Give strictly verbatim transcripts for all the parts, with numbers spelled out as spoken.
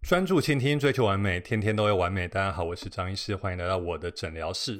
专注倾听，追求完美，天天都要完美。大家好，我是张医师，欢迎来到我的诊疗室。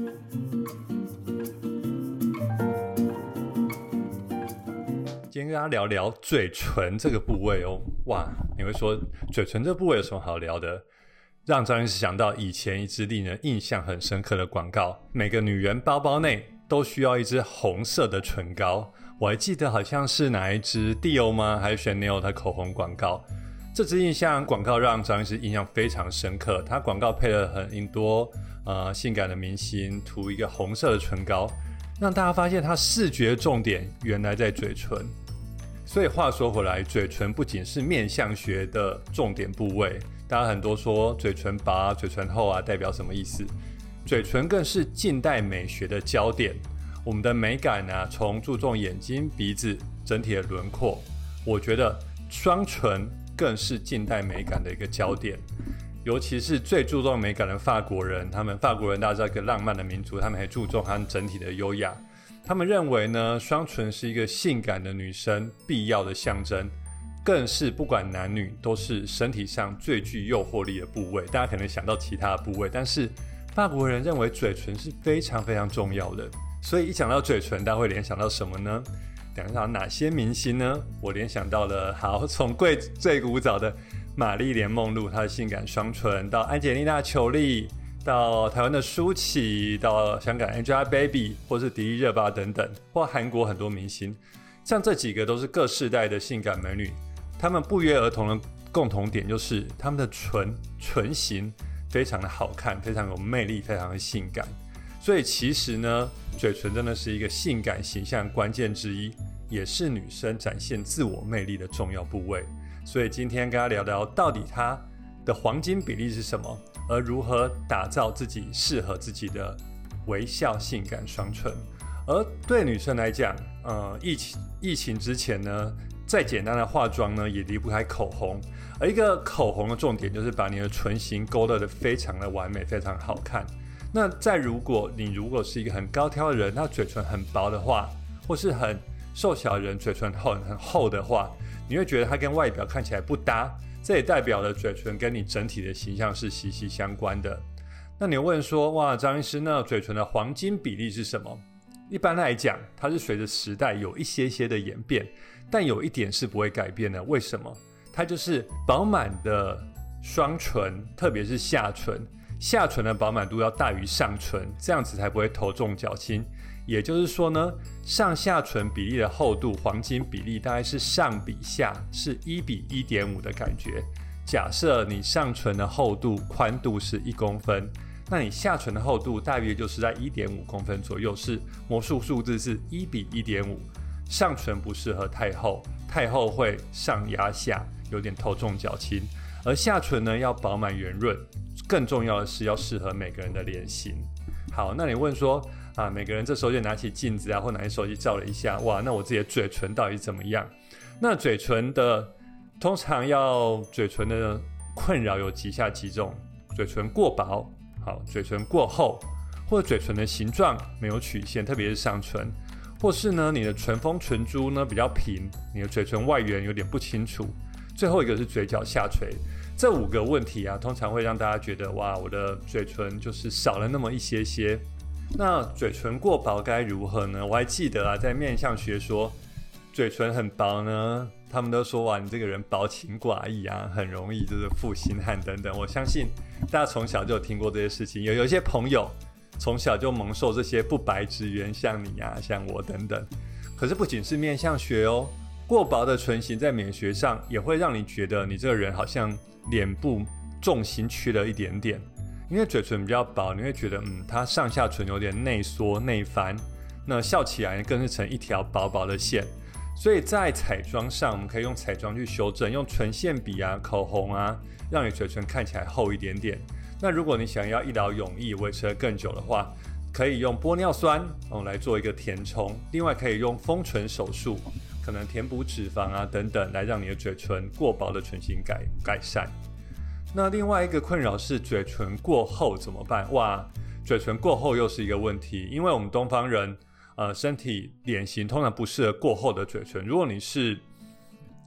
今天跟大家聊聊嘴唇这个部位哦。哇，你会说嘴唇这个部位有什么好聊的？让张医师想到以前一支令人印象很深刻的广告，每个女人包包内都需要一支红色的唇膏。我还记得好像是哪一支 Dior 吗？还是 Chanel 的口红广告？这支印象广告让张医师印象非常深刻，他广告配了很多呃性感的明星涂一个红色的唇膏，让大家发现他视觉重点原来在嘴唇。所以话说回来，嘴唇不仅是面相学的重点部位，大家很多说嘴唇薄啊、嘴唇厚啊代表什么意思？嘴唇更是近代美学的焦点。我们的美感啊，从注重眼睛、鼻子整体的轮廓，我觉得双唇更是近代美感的一个焦点，尤其是最注重美感的法国人，他们法国人大家知道一个浪漫的民族，他们还注重他们整体的优雅。他们认为呢，双唇是一个性感的女生必要的象征，更是不管男女都是身体上最具诱惑力的部位。大家可能想到其他的部位，但是法国人认为嘴唇是非常非常重要的。所以一讲到嘴唇，大家会联想到什么呢？联想到哪些明星呢？我联想到了，好，从最最古早的玛丽莲梦露，她的性感双唇，到安吉丽娜裘丽，到台湾的舒淇，到香港 Angelababy， 或是迪丽热巴等等，或韩国很多明星，像这几个都是各世代的性感美女，她们不约而同的共同点就是她们的唇唇型非常的好看，非常有魅力，非常的性感。所以其实呢，嘴唇真的是一个性感形象关键之一，也是女生展现自我魅力的重要部位。所以今天跟大家聊聊到底它的黄金比例是什么，而如何打造自己适合自己的微笑性感双唇。而对女生来讲，呃，疫情疫情之前呢，再简单的化妆呢，也离不开口红。而一个口红的重点就是把你的唇型勾勒得非常的完美，非常好看。那再如果你如果是一个很高挑的人，那嘴唇很薄的话，或是很瘦小的人嘴唇很很厚的话，你会觉得它跟外表看起来不搭，这也代表了嘴唇跟你整体的形象是息息相关的。那你问说，哇，张医师，那嘴唇的黄金比例是什么？一般来讲，它是随着时代有一些些的演变，但有一点是不会改变的。为什么？它就是饱满的双唇，特别是下唇，下唇的饱满度要大于上唇，这样子才不会头重脚轻。也就是说呢，上下唇比例的厚度黄金比例大概是上比下，是一比一点五的感觉。假设你上唇的厚度宽度是一公分，那你下唇的厚度大约就是在一点五公分左右，是魔术数字是一比一点五。上唇不适合太厚，太厚会上压下，有点头重脚轻。而下唇呢，要饱满圆润，更重要的是要适合每个人的脸型。好，那你问说啊，每个人这时候就拿起镜子啊，或拿起手机照了一下，哇，那我自己的嘴唇到底怎么样？那嘴唇的通常要嘴唇的困扰有以下几种：嘴唇过薄，好，嘴唇过厚，或者嘴唇的形状没有曲线，特别是上唇，或是呢你的唇峰唇珠呢比较平，你的嘴唇外缘有点不清楚。最后一个是嘴角下垂。这五个问题啊，通常会让大家觉得哇，我的嘴唇就是少了那么一些些。那嘴唇过薄该如何呢？我还记得啊，在面相学说，嘴唇很薄呢，他们都说哇，你这个人薄情寡义啊，很容易就是负心汉等等。我相信大家从小就有听过这些事情，有有一些朋友从小就蒙受这些不白之冤，像你啊，像我等等。可是不仅是面相学哦，过薄的唇型在美学上也会让你觉得你这个人好像脸部重心缺了一点点，因为嘴唇比较薄，你会觉得嗯，它上下唇有点内缩内翻，那笑起来更是成一条薄薄的线。所以在彩妆上，我们可以用彩妆去修正，用唇线笔啊、口红啊，让你嘴唇看起来厚一点点。那如果你想要一劳永逸，维持得更久的话，可以用玻尿酸、嗯、来做一个填充，另外可以用丰唇手术，可能填补脂肪啊等等，来让你的嘴唇过薄的唇型 改, 改善。那另外一个困扰是嘴唇过厚怎么办？哇，嘴唇过厚又是一个问题，因为我们东方人呃身体脸型通常不适合过厚的嘴唇。如果你是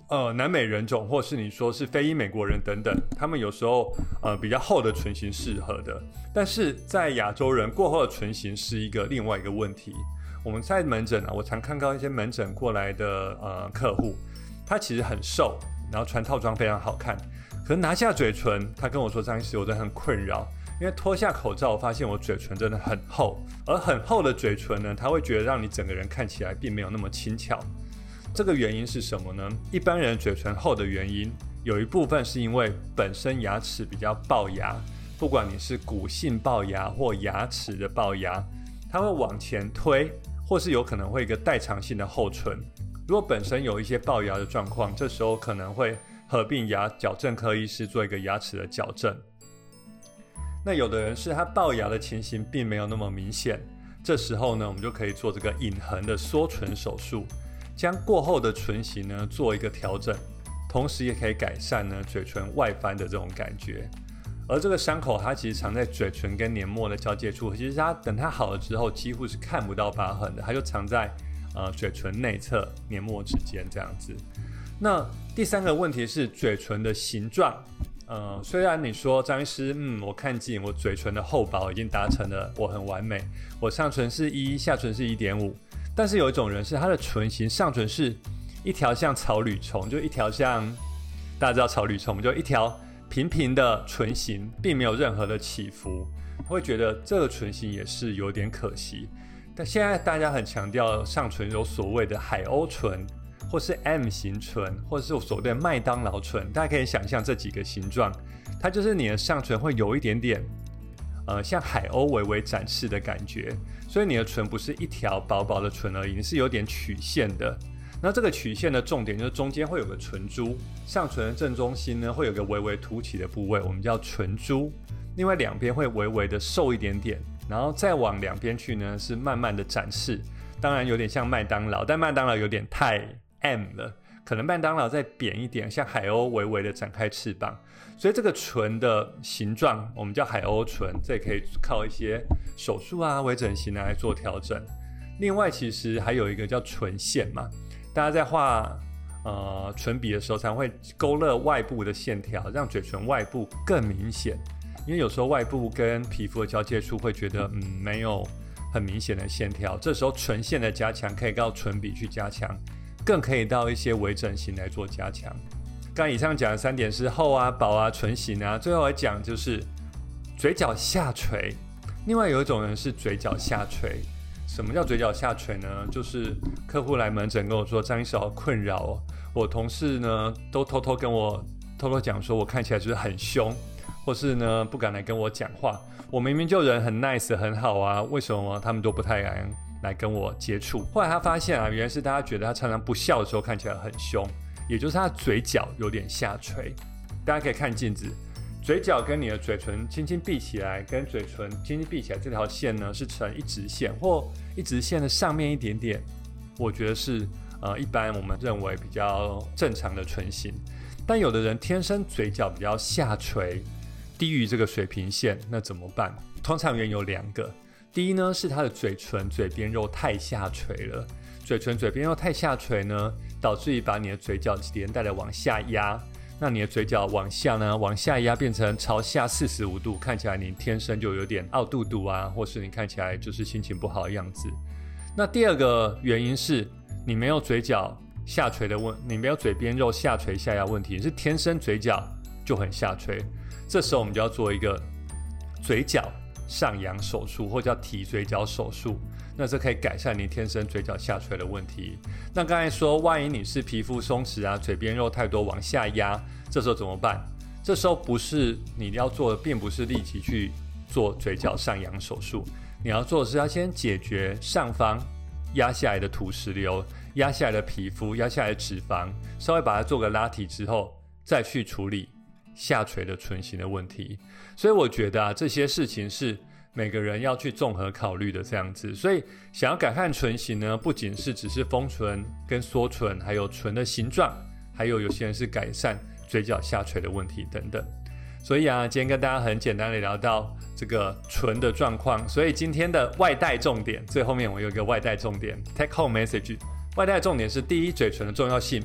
呃南美人种，或是你说是非裔美国人等等，他们有时候呃比较厚的唇型适合的，但是在亚洲人过厚的唇型是一个另外一个问题。我们在门诊啊，我常看到一些门诊过来的呃客户，他其实很瘦，然后穿套装非常好看，可是拿下嘴唇，他跟我说张医师，我真的很困扰。因为脱下口罩，我发现我嘴唇真的很厚，而很厚的嘴唇呢，它会觉得让你整个人看起来并没有那么轻巧。这个原因是什么呢？一般人嘴唇厚的原因，有一部分是因为本身牙齿比较龅牙，不管你是骨性龅牙或牙齿的龅牙，它会往前推，或是有可能会一个代偿性的厚唇。如果本身有一些龅牙的状况，这时候可能会合并牙矫正科医师做一个牙齿的矫正。那有的人是他龅牙的情形并没有那么明显，这时候呢，我们就可以做这个隐横的缩唇手术，将过厚的唇形呢做一个调整，同时也可以改善呢嘴唇外翻的这种感觉。而这个伤口它其实藏在嘴唇跟黏膜的交界处，其实它等它好了之后，几乎是看不到疤痕的，它就藏在呃嘴唇内侧黏膜之间这样子。那第三个问题是嘴唇的形状。呃，虽然你说张医师，嗯，我看近我嘴唇的厚薄已经达成了，我很完美，我上唇是一，下唇是 一点五， 但是有一种人是他的唇形上唇是一条像草履虫，就一条像大家知道草履虫，就一条平平的唇形，并没有任何的起伏，会觉得这个唇形也是有点可惜。但现在大家很强调上唇有所谓的海鸥唇，或是 M 型唇，或是所谓的麦当劳唇，大家可以想象这几个形状，它就是你的上唇会有一点点，呃，像海鸥微微展翅的感觉，所以你的唇不是一条薄薄的唇而已，你是有点曲线的。那这个曲线的重点就是中间会有个唇珠，上唇的正中心呢会有个微微凸起的部位，我们叫唇珠。另外两边会微微的瘦一点点，然后再往两边去呢是慢慢的展翅，当然有点像麦当劳，但麦当劳有点太M 了，可能麦当劳再扁一点，像海鸥微微的展开翅膀，所以这个唇的形状我们叫海鸥唇，这也可以靠一些手术啊、微整形来做调整。另外，其实还有一个叫唇线嘛，大家在画呃唇笔的时候，常会勾勒外部的线条，让嘴唇外部更明显。因为有时候外部跟皮肤的交界处会觉得嗯没有很明显的线条，这时候唇线的加强可以靠唇笔去加强。更可以到一些微整形来做加强。刚才以上讲的三点是厚啊、薄啊、唇形啊，最后来讲就是嘴角下垂。另外有一种人是嘴角下垂。什么叫嘴角下垂呢？就是客户来门诊跟我说，张医师好困扰哦，我同事呢都偷偷跟我偷偷讲说我看起来就是很凶，或是呢不敢来跟我讲话。我明明就人很 nice 很好啊，为什么他们都不太敢来跟我接触？后来他发现啊，原来是大家觉得他常常不笑的时候看起来很凶，也就是他的嘴角有点下垂。大家可以看镜子，嘴角跟你的嘴唇轻轻闭起来，跟嘴唇轻轻闭起来这条线呢是呈一直线，或一直线的上面一点点，我觉得是呃一般我们认为比较正常的唇形。但有的人天生嘴角比较下垂，低于这个水平线，那怎么办？通常原因有两个。第一呢，是他的嘴唇嘴边肉太下垂了，嘴唇嘴边肉太下垂呢，导致于把你的嘴角连带的往下压，那你的嘴角往下呢，往下压变成朝下四十五度，看起来你天生就有点傲肚肚啊，或是你看起来就是心情不好的样子。那第二个原因是你没有嘴角下垂的问，你没有嘴边肉下垂下压问题，是天生嘴角就很下垂，这时候我们就要做一个嘴角上扬手术，或叫提嘴角手术，那这可以改善你天生嘴角下垂的问题。那刚才说，万一你是皮肤松弛啊，嘴边肉太多往下压，这时候怎么办？这时候不是你要做的，并不是立即去做嘴角上扬手术，你要做的是要先解决上方压下来的土石流、压下来的皮肤、压下来的脂肪，稍微把它做个拉提之后，再去处理下垂的唇形的问题。所以我觉得啊，这些事情是每个人要去综合考虑的这样子。所以想要改善唇形呢，不仅是只是丰唇跟缩唇，还有唇的形状，还有有些人是改善嘴角下垂的问题等等。所以啊，今天跟大家很简单的聊到这个唇的状况。所以今天的外带重点，最后面我有一个外带重点 take home message。外带重点是第一，嘴唇的重要性；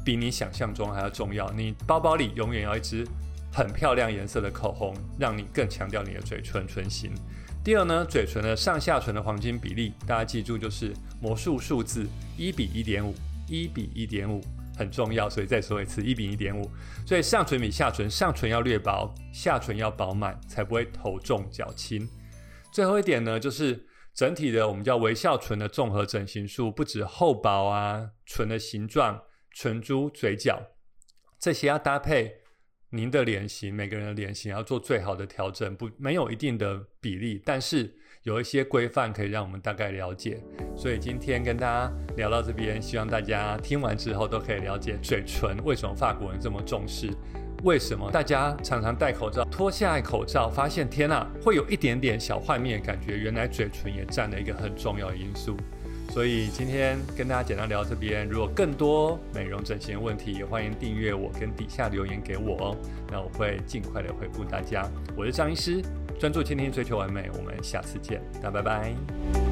比你想象中还要重要。你包包里永远要一支很漂亮颜色的口红，让你更强调你的嘴唇唇型。第二呢，嘴唇的上下唇的黄金比例，大家记住就是魔术数字一比一点五，一比一点五很重要，所以再说一次一比一点五。所以上唇比下唇，上唇要略薄，下唇要饱满，才不会头重脚轻。最后一点呢，就是整体的我们叫微笑唇的综合整形术，不止厚薄啊，唇的形状、唇珠、嘴角，这些要搭配您的脸型，每个人的脸型要做最好的调整，不没有一定的比例，但是有一些规范可以让我们大概了解。所以今天跟大家聊到这边，希望大家听完之后都可以了解嘴唇为什么法国人这么重视，为什么大家常常戴口罩，脱下来口罩发现天啊，会有一点点小幻灭的感觉，原来嘴唇也占了一个很重要的因素。所以今天跟大家简单聊到这边，如果更多美容整形的问题，也欢迎订阅我跟底下留言给我哦，那我会尽快的回复大家。我是张医师，专注倾听追求完美，我们下次见，大家拜拜。